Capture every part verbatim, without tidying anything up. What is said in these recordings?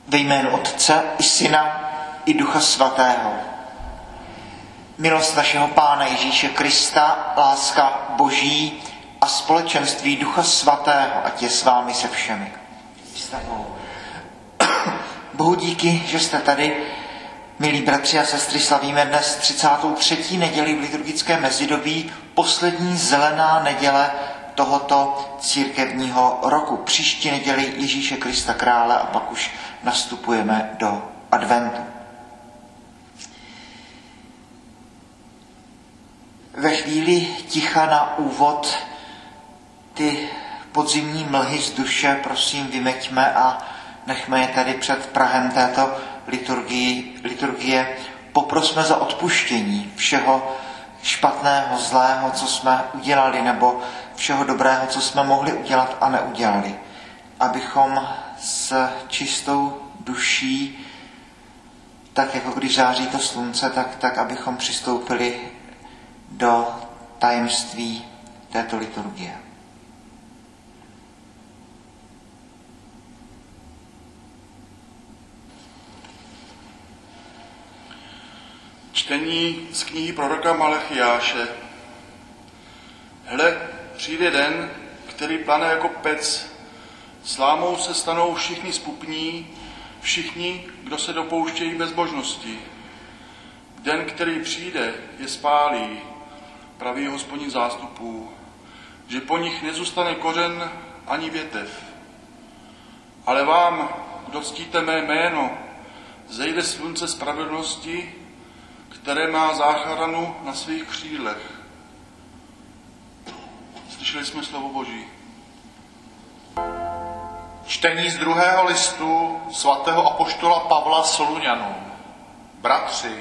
Ve jménu Otce i Syna i Ducha Svatého. Milost našeho Pána Ježíše Krista, láska Boží a společenství Ducha Svatého, ať je s vámi se všemi. Bohu díky, že jste tady. Milí bratři a sestry, slavíme dnes třicátou třetí neděli v liturgickém mezidobí, poslední zelená neděle tohoto církevního roku. Příští neděli Ježíše Krista Krále a pak už nastupujeme do adventu. Ve chvíli ticha na úvod ty podzimní mlhy z duše prosím vymeťme a nechme je tady před prahem této liturgie. liturgie. Poprosme za odpuštění všeho špatného, zlého, co jsme udělali, nebo všeho dobrého, co jsme mohli udělat a neudělali. Abychom s čistou duší, tak jako když září to slunce, tak, tak abychom přistoupili do tajemství této liturgie. Čtení z knihy proroka Malachiáše. Hle, přijde den, který plane jako pec. Slámou se stanou všichni spupní, všichni, kdo se dopouštějí bezbožnosti. Den, který přijde, je spálí, praví Hospodin zástupů, že po nich nezůstane kořen ani větev. Ale vám, kdo ctíte mé jméno, zejde slunce spravedlnosti, které má záchranu na svých křídlech. Slyšeli jsme slovo Boží. Čtení z druhého listu svatého apoštola Pavla Soluňanům. Bratři,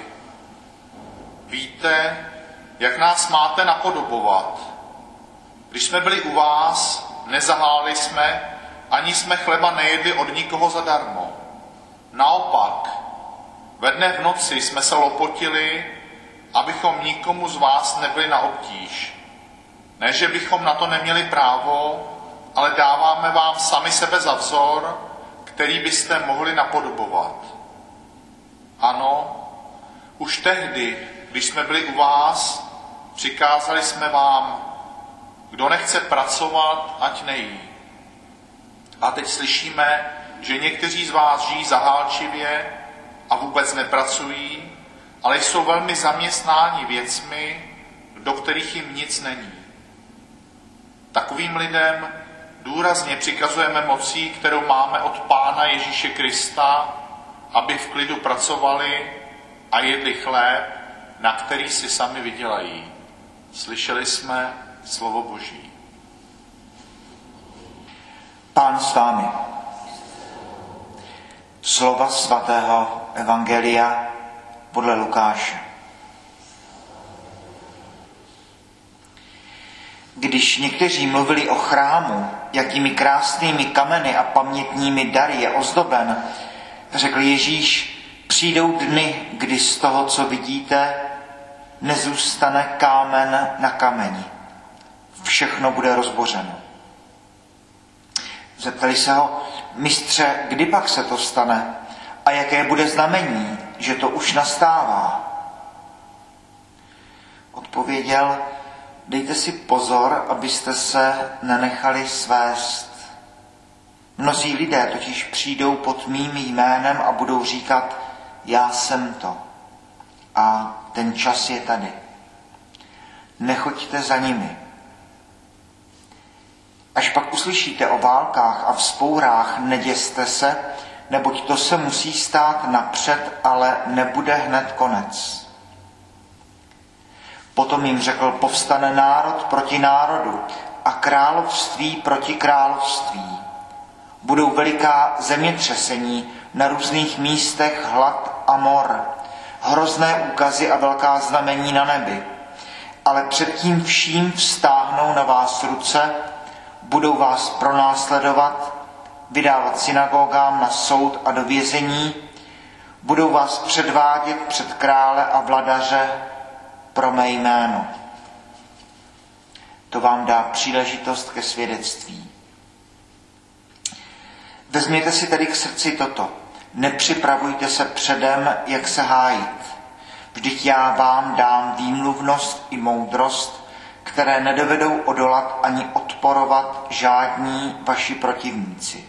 víte, jak nás máte napodobovat. Když jsme byli u vás, nezaháli jsme, ani jsme chleba nejedli od nikoho zadarmo. Naopak, ve dne v noci jsme se lopotili, abychom nikomu z vás nebyli na obtíž. Ne, že bychom na to neměli právo, ale dáváme vám sami sebe za vzor, který byste mohli napodobovat. Ano, už tehdy, když jsme byli u vás, přikázali jsme vám, kdo nechce pracovat, ať nejí. A teď slyšíme, že někteří z vás žijí zahálčivě a vůbec nepracují, ale jsou velmi zaměstnáni věcmi, do kterých jim nic není. Takovým lidem důrazně přikazujeme mocí, kterou máme od Pána Ježíše Krista, aby v klidu pracovali a jedli chléb, na který si sami vydělají. Slyšeli jsme slovo Boží. Pán s vámi. Slova svatého evangelia podle Lukáše. Když někteří mluvili o chrámu, jakými krásnými kameny a pamětními dary je ozdoben, řekl Ježíš, přijdou dny, kdy z toho, co vidíte, nezůstane kámen na kameni. Všechno bude rozbořeno. Zeptali se ho, mistře, kdy pak se to stane a jaké bude znamení, že to už nastává? Odpověděl, dejte si pozor, abyste se nenechali svést. Mnozí lidé totiž přijdou pod mým jménem a budou říkat, já jsem to. A ten čas je tady. Nechoďte za nimi. Až pak uslyšíte o válkách a vzpourách, neděste se, neboť to se musí stát napřed, ale nebude hned konec. Potom jim řekl, povstane národ proti národu a království proti království. Budou veliká zemětřesení, na různých místech hlad a mor, hrozné úkazy a velká znamení na nebi. Ale před tím vším vztáhnou na vás ruce, budou vás pronásledovat, vydávat synagogám na soud a do vězení, budou vás předvádět před krále a vladaře pro mé jméno. To vám dá příležitost ke svědectví. Vezměte si tedy k srdci toto. Nepřipravujte se předem, jak se hájit. Vždyť já vám dám výmluvnost i moudrost, které nedovedou odolat ani odporovat žádní vaši protivníci.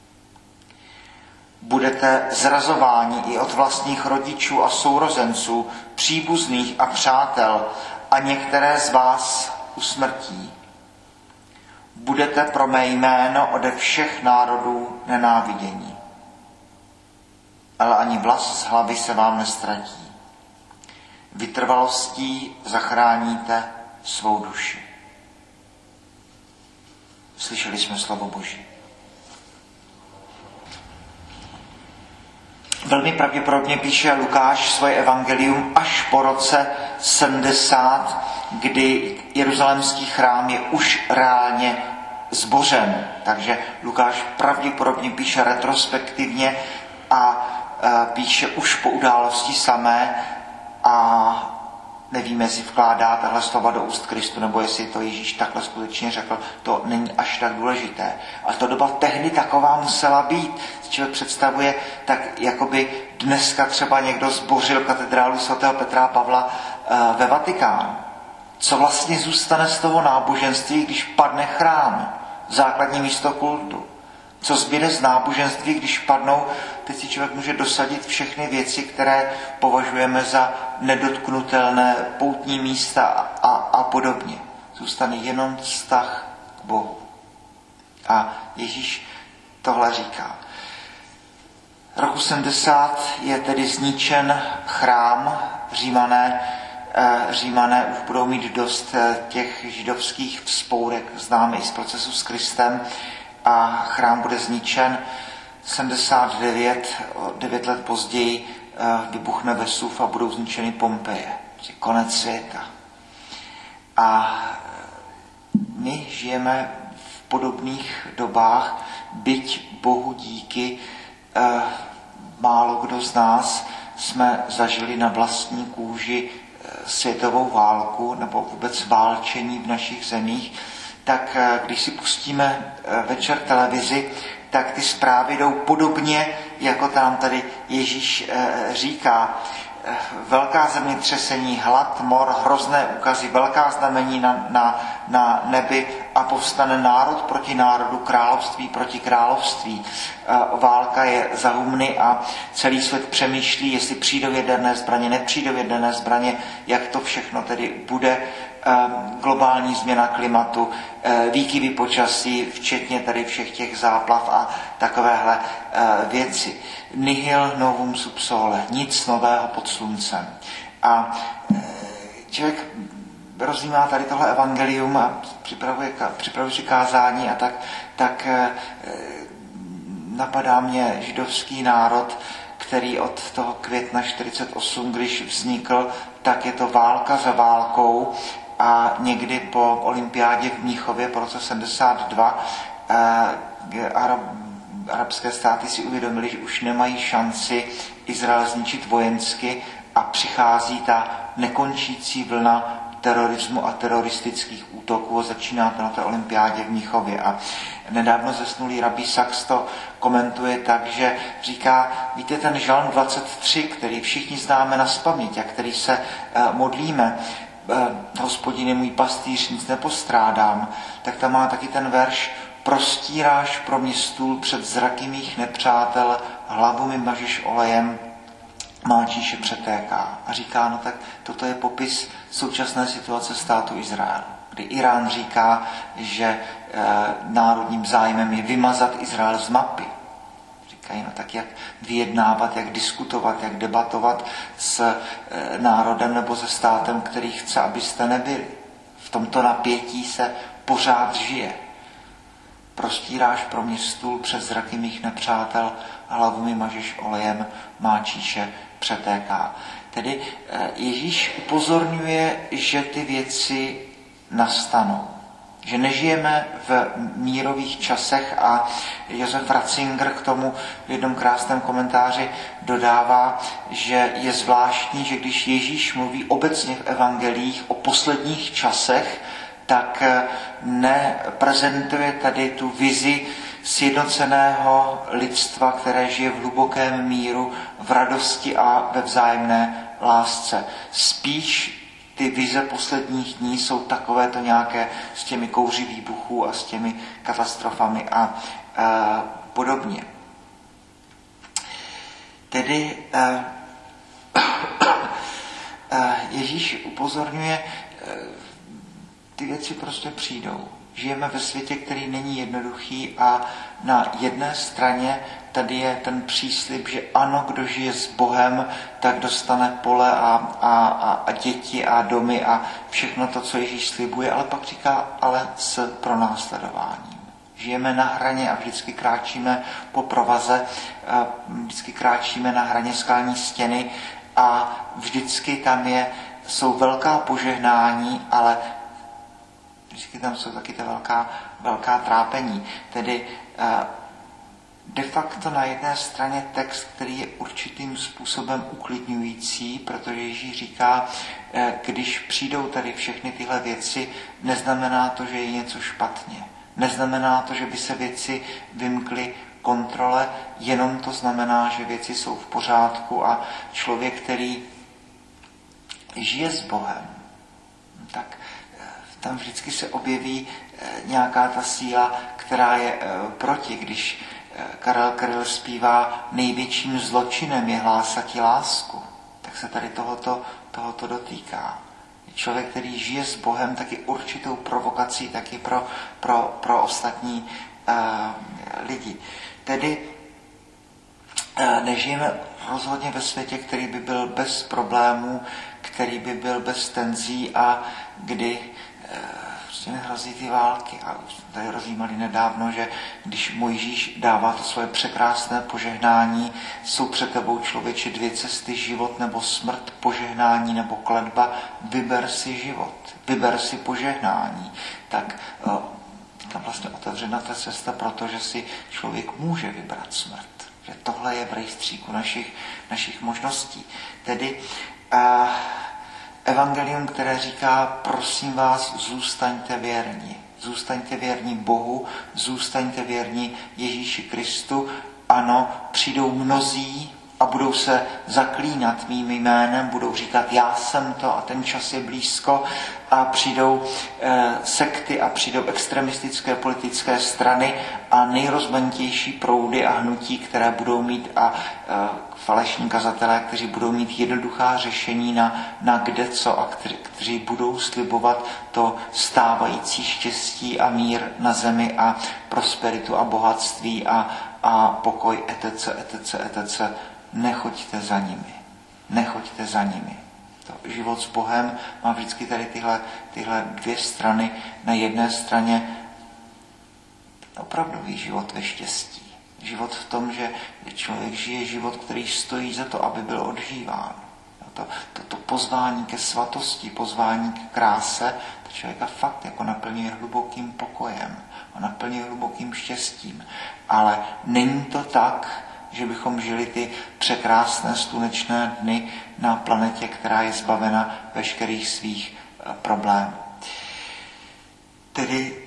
Budete zrazováni i od vlastních rodičů a sourozenců, příbuzných a přátel, a některé z vás usmrtí. Budete pro mé jméno ode všech národů nenávidění. Ale ani vlas z hlavy se vám nestratí. Vytrvalostí zachráníte svou duši. Slyšeli jsme slovo Boží. Velmi pravděpodobně píše Lukáš svoje evangelium až po roce sedmdesát, kdy jeruzalémský chrám je už reálně zbořen. Takže Lukáš pravděpodobně píše retrospektivně a píše už po události samé a nevíme, jestli vkládá tahle slova do úst Kristu, nebo jestli to Ježíš takhle skutečně řekl, to není až tak důležité. A to doba tehdy taková musela být. Člověk představuje, tak jakoby dneska třeba někdo zbořil katedrálu svatého Petra a Pavla ve Vatikánu. Co vlastně zůstane z toho náboženství, když padne chrám, základní místo kultu? Co zbyde z náboženství, když padnou, teď si člověk může dosadit všechny věci, které považujeme za nedotknutelné, poutní místa a, a podobně. Zůstane jenom vztah k Bohu. A Ježíš tohle říká. Roku sedmdesát je tedy zničen chrám. Římané, Římané už budou mít dost těch židovských vzpourek, známe i z procesu s Kristem, a chrám bude zničen. sedmdesát devět, devět let později, vybuchne Vesuv a budou zničeny Pompeje. Konec světa. A my žijeme v podobných dobách, byť Bohu díky, málo kdo z nás jsme zažili na vlastní kůži světovou válku nebo vůbec válčení v našich zemích, tak když si pustíme večer televizi, tak ty zprávy jdou podobně, jako tam tady Ježíš říká. Velká zemětřesení, hlad, mor, hrozné úkazy, velká znamení na, na, na nebi a povstane národ proti národu, království proti království. Válka je za humny a celý svět přemýšlí, jestli přijdou jaderné zbraně, nepřijdou jaderné zbraně, jak to všechno tedy bude. Globální změna klimatu, výkyvy počasí, včetně tady všech těch záplav a takovéhle věci. Nihil novum sub sole, nic nového pod sluncem. A člověk rozjímá tady tohle evangelium a připravuje, připravuje si kázání a tak, tak napadá mě židovský národ, který od toho května čtyřicet osm, když vznikl, tak je to válka za válkou. A někdy po olympiádě v Mnichově po roce sedmdesát dva eh, Arab, arabské státy si uvědomili, že už nemají šanci Izrael zničit vojensky a přichází ta nekončící vlna terorismu a teroristických útoků a začíná to na té olympiádě v Mnichově. A nedávno zesnulý rabí Sachs to komentuje tak, že říká, víte, ten žalm dvacet tři, který všichni známe nazpaměť a který se eh, modlíme, Hospodin je můj pastýř, nic nepostrádám, tak tam má taky ten verš: prostíráš pro mě stůl před zraky mých nepřátel, hlavu mi mažeš olejem, má číše přetéká. A říká, no tak toto je popis současné situace státu Izrael, kdy Irán říká, že e, národním zájmem je vymazat Izrael z mapy. Říkají, no tak jak vyjednávat, jak diskutovat, jak debatovat s e, národem nebo se státem, který chce, abyste nebyli. V tomto napětí se pořád žije. Prostíráš pro mě stůl před zraky mých nepřátel, hlavu mi mažeš olejem, má číše přetéká. Tedy e, Ježíš upozorňuje, že ty věci nastanou. Že nežijeme v mírových časech a Josef Ratzinger k tomu v jednom krásném komentáři dodává, že je zvláštní, že když Ježíš mluví obecně v evangelích o posledních časech, tak neprezentuje tady tu vizi sjednoceného lidstva, které žije v hlubokém míru, v radosti a ve vzájemné lásce. Spíš ty vize posledních dní jsou takovéto nějaké s těmi kouři výbuchů a s těmi katastrofami a, a podobně. Tedy a, a Ježíš upozorňuje, ty věci prostě přijdou. Žijeme ve světě, který není jednoduchý a na jedné straně tady je ten příslib, že ano, kdo žije s Bohem, tak dostane pole a, a, a, a děti a domy a všechno to, co Ježíš slibuje, ale pak říká, ale s pronásledováním. Žijeme na hraně a vždycky kráčíme po provaze, a vždycky kráčíme na hraně skalní stěny a vždycky tam je, jsou velká požehnání, ale vždycky tam jsou taky ta velká, velká trápení. Tedy de facto na jedné straně text, který je určitým způsobem uklidňující, protože Ježíš říká, když přijdou tady všechny tyhle věci, neznamená to, že je něco špatně. Neznamená to, že by se věci vymkly kontrole, jenom to znamená, že věci jsou v pořádku a člověk, který žije s Bohem, tak tam vždycky se objeví nějaká ta síla, která je proti. Když Karel Kryl zpívá největším zločinem je hlásati lásku, tak se tady tohoto, tohoto dotýká. Člověk, který žije s Bohem, taky určitou provokací taky pro, pro, pro ostatní uh, lidi. Tedy uh, nežijeme rozhodně ve světě, který by byl bez problémů, který by byl bez tenzí a kdy prostě nehrozí ty války. A už tady rozjímali nedávno, že když Mojžíš dává to svoje překrásné požehnání, jsou před tebou člověče dvě cesty, život nebo smrt, požehnání nebo kletba, vyber si život, vyber si požehnání. Tak tam vlastně otevřena ta cesta, protože si člověk může vybrat smrt. Že tohle je v rejstříku našich, našich možností. Tedy uh, evangelium, které říká, prosím vás, zůstaňte věrni. Zůstaňte věrni Bohu, zůstaňte věrni Ježíši Kristu. Ano, přijdou mnozí a budou se zaklínat mým jménem, budou říkat, já jsem to a ten čas je blízko a přijdou eh, sekty a přijdou extremistické politické strany a nejrozmanitější proudy a hnutí, které budou mít a eh, falešní kazatelé, kteří budou mít jednoduchá řešení na, na kde co a kteří, kteří budou slibovat to stávající štěstí a mír na zemi a prosperitu a bohatství a, a pokoj etc, etc, etc. Nechoďte za nimi. Nechoďte za nimi. To život s Bohem má vždycky tady tyhle, tyhle dvě strany. Na jedné straně opravdový život ve štěstí. Život v tom, že člověk žije život, který stojí za to, aby byl odžíván. To, to, to pozvání ke svatosti, pozvání k kráse, to člověka fakt jako naplňuje hlubokým pokojem a naplňuje hlubokým štěstím. Ale není to tak, že bychom žili ty překrásné slunečné dny na planetě, která je zbavena veškerých svých problémů. Tedy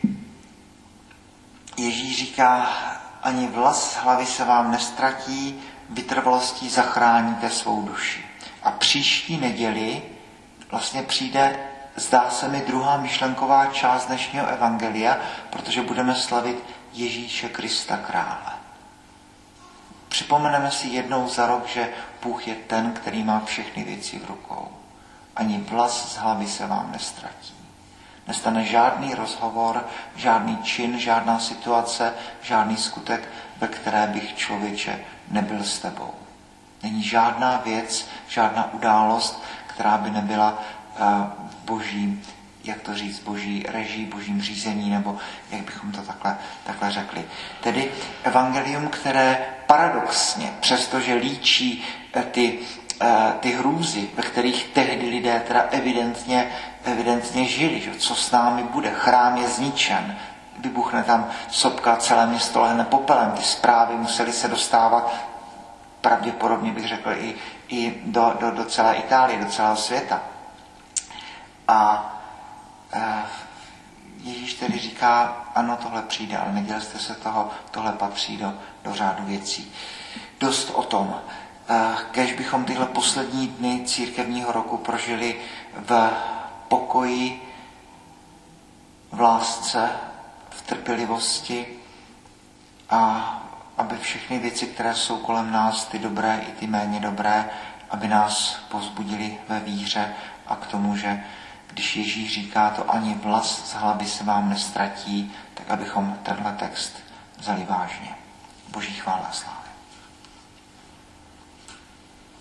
Ježíš říká, ani vlas z hlavy se vám nestratí, vytrvalostí zachráníte svou duši. A příští neděli vlastně přijde, zdá se mi, druhá myšlenková část dnešního evangelia, protože budeme slavit Ježíše Krista krále. Připomeneme si jednou za rok, že Bůh je ten, který má všechny věci v rukou. Ani vlas z hlavy se vám nestratí. Nestane žádný rozhovor, žádný čin, žádná situace, žádný skutek, ve které bych člověče nebyl s tebou. Není žádná věc, žádná událost, která by nebyla uh, božím, jak to říct, boží režii, božím řízení, nebo jak bychom to takhle, takhle řekli. Tedy evangelium, které paradoxně, přestože líčí uh, ty, uh, ty hrůzy, ve kterých tehdy lidé teda evidentně, evidentně žili, že co s námi bude, chrám je zničen, vybuchne tam sopka, celé město lehne popelem, ty zprávy musely se dostávat, pravděpodobně bych řekl, i, i do, do, do celé Itálie, do celého světa. A e, Ježíš tedy říká, ano, tohle přijde, ale nedělejte se toho, tohle patří do, do řádu věcí. Dost o tom. Kéž bychom tyhle poslední dny církevního roku prožili v pokoji, v lásce, v trpělivosti a aby všechny věci, které jsou kolem nás, ty dobré i ty méně dobré, aby nás povzbudili ve víře a k tomu, že když Ježíš říká to ani vlas z hlavy se vám nestratí, tak abychom tenhle text vzali vážně. Boží chvála a sláva.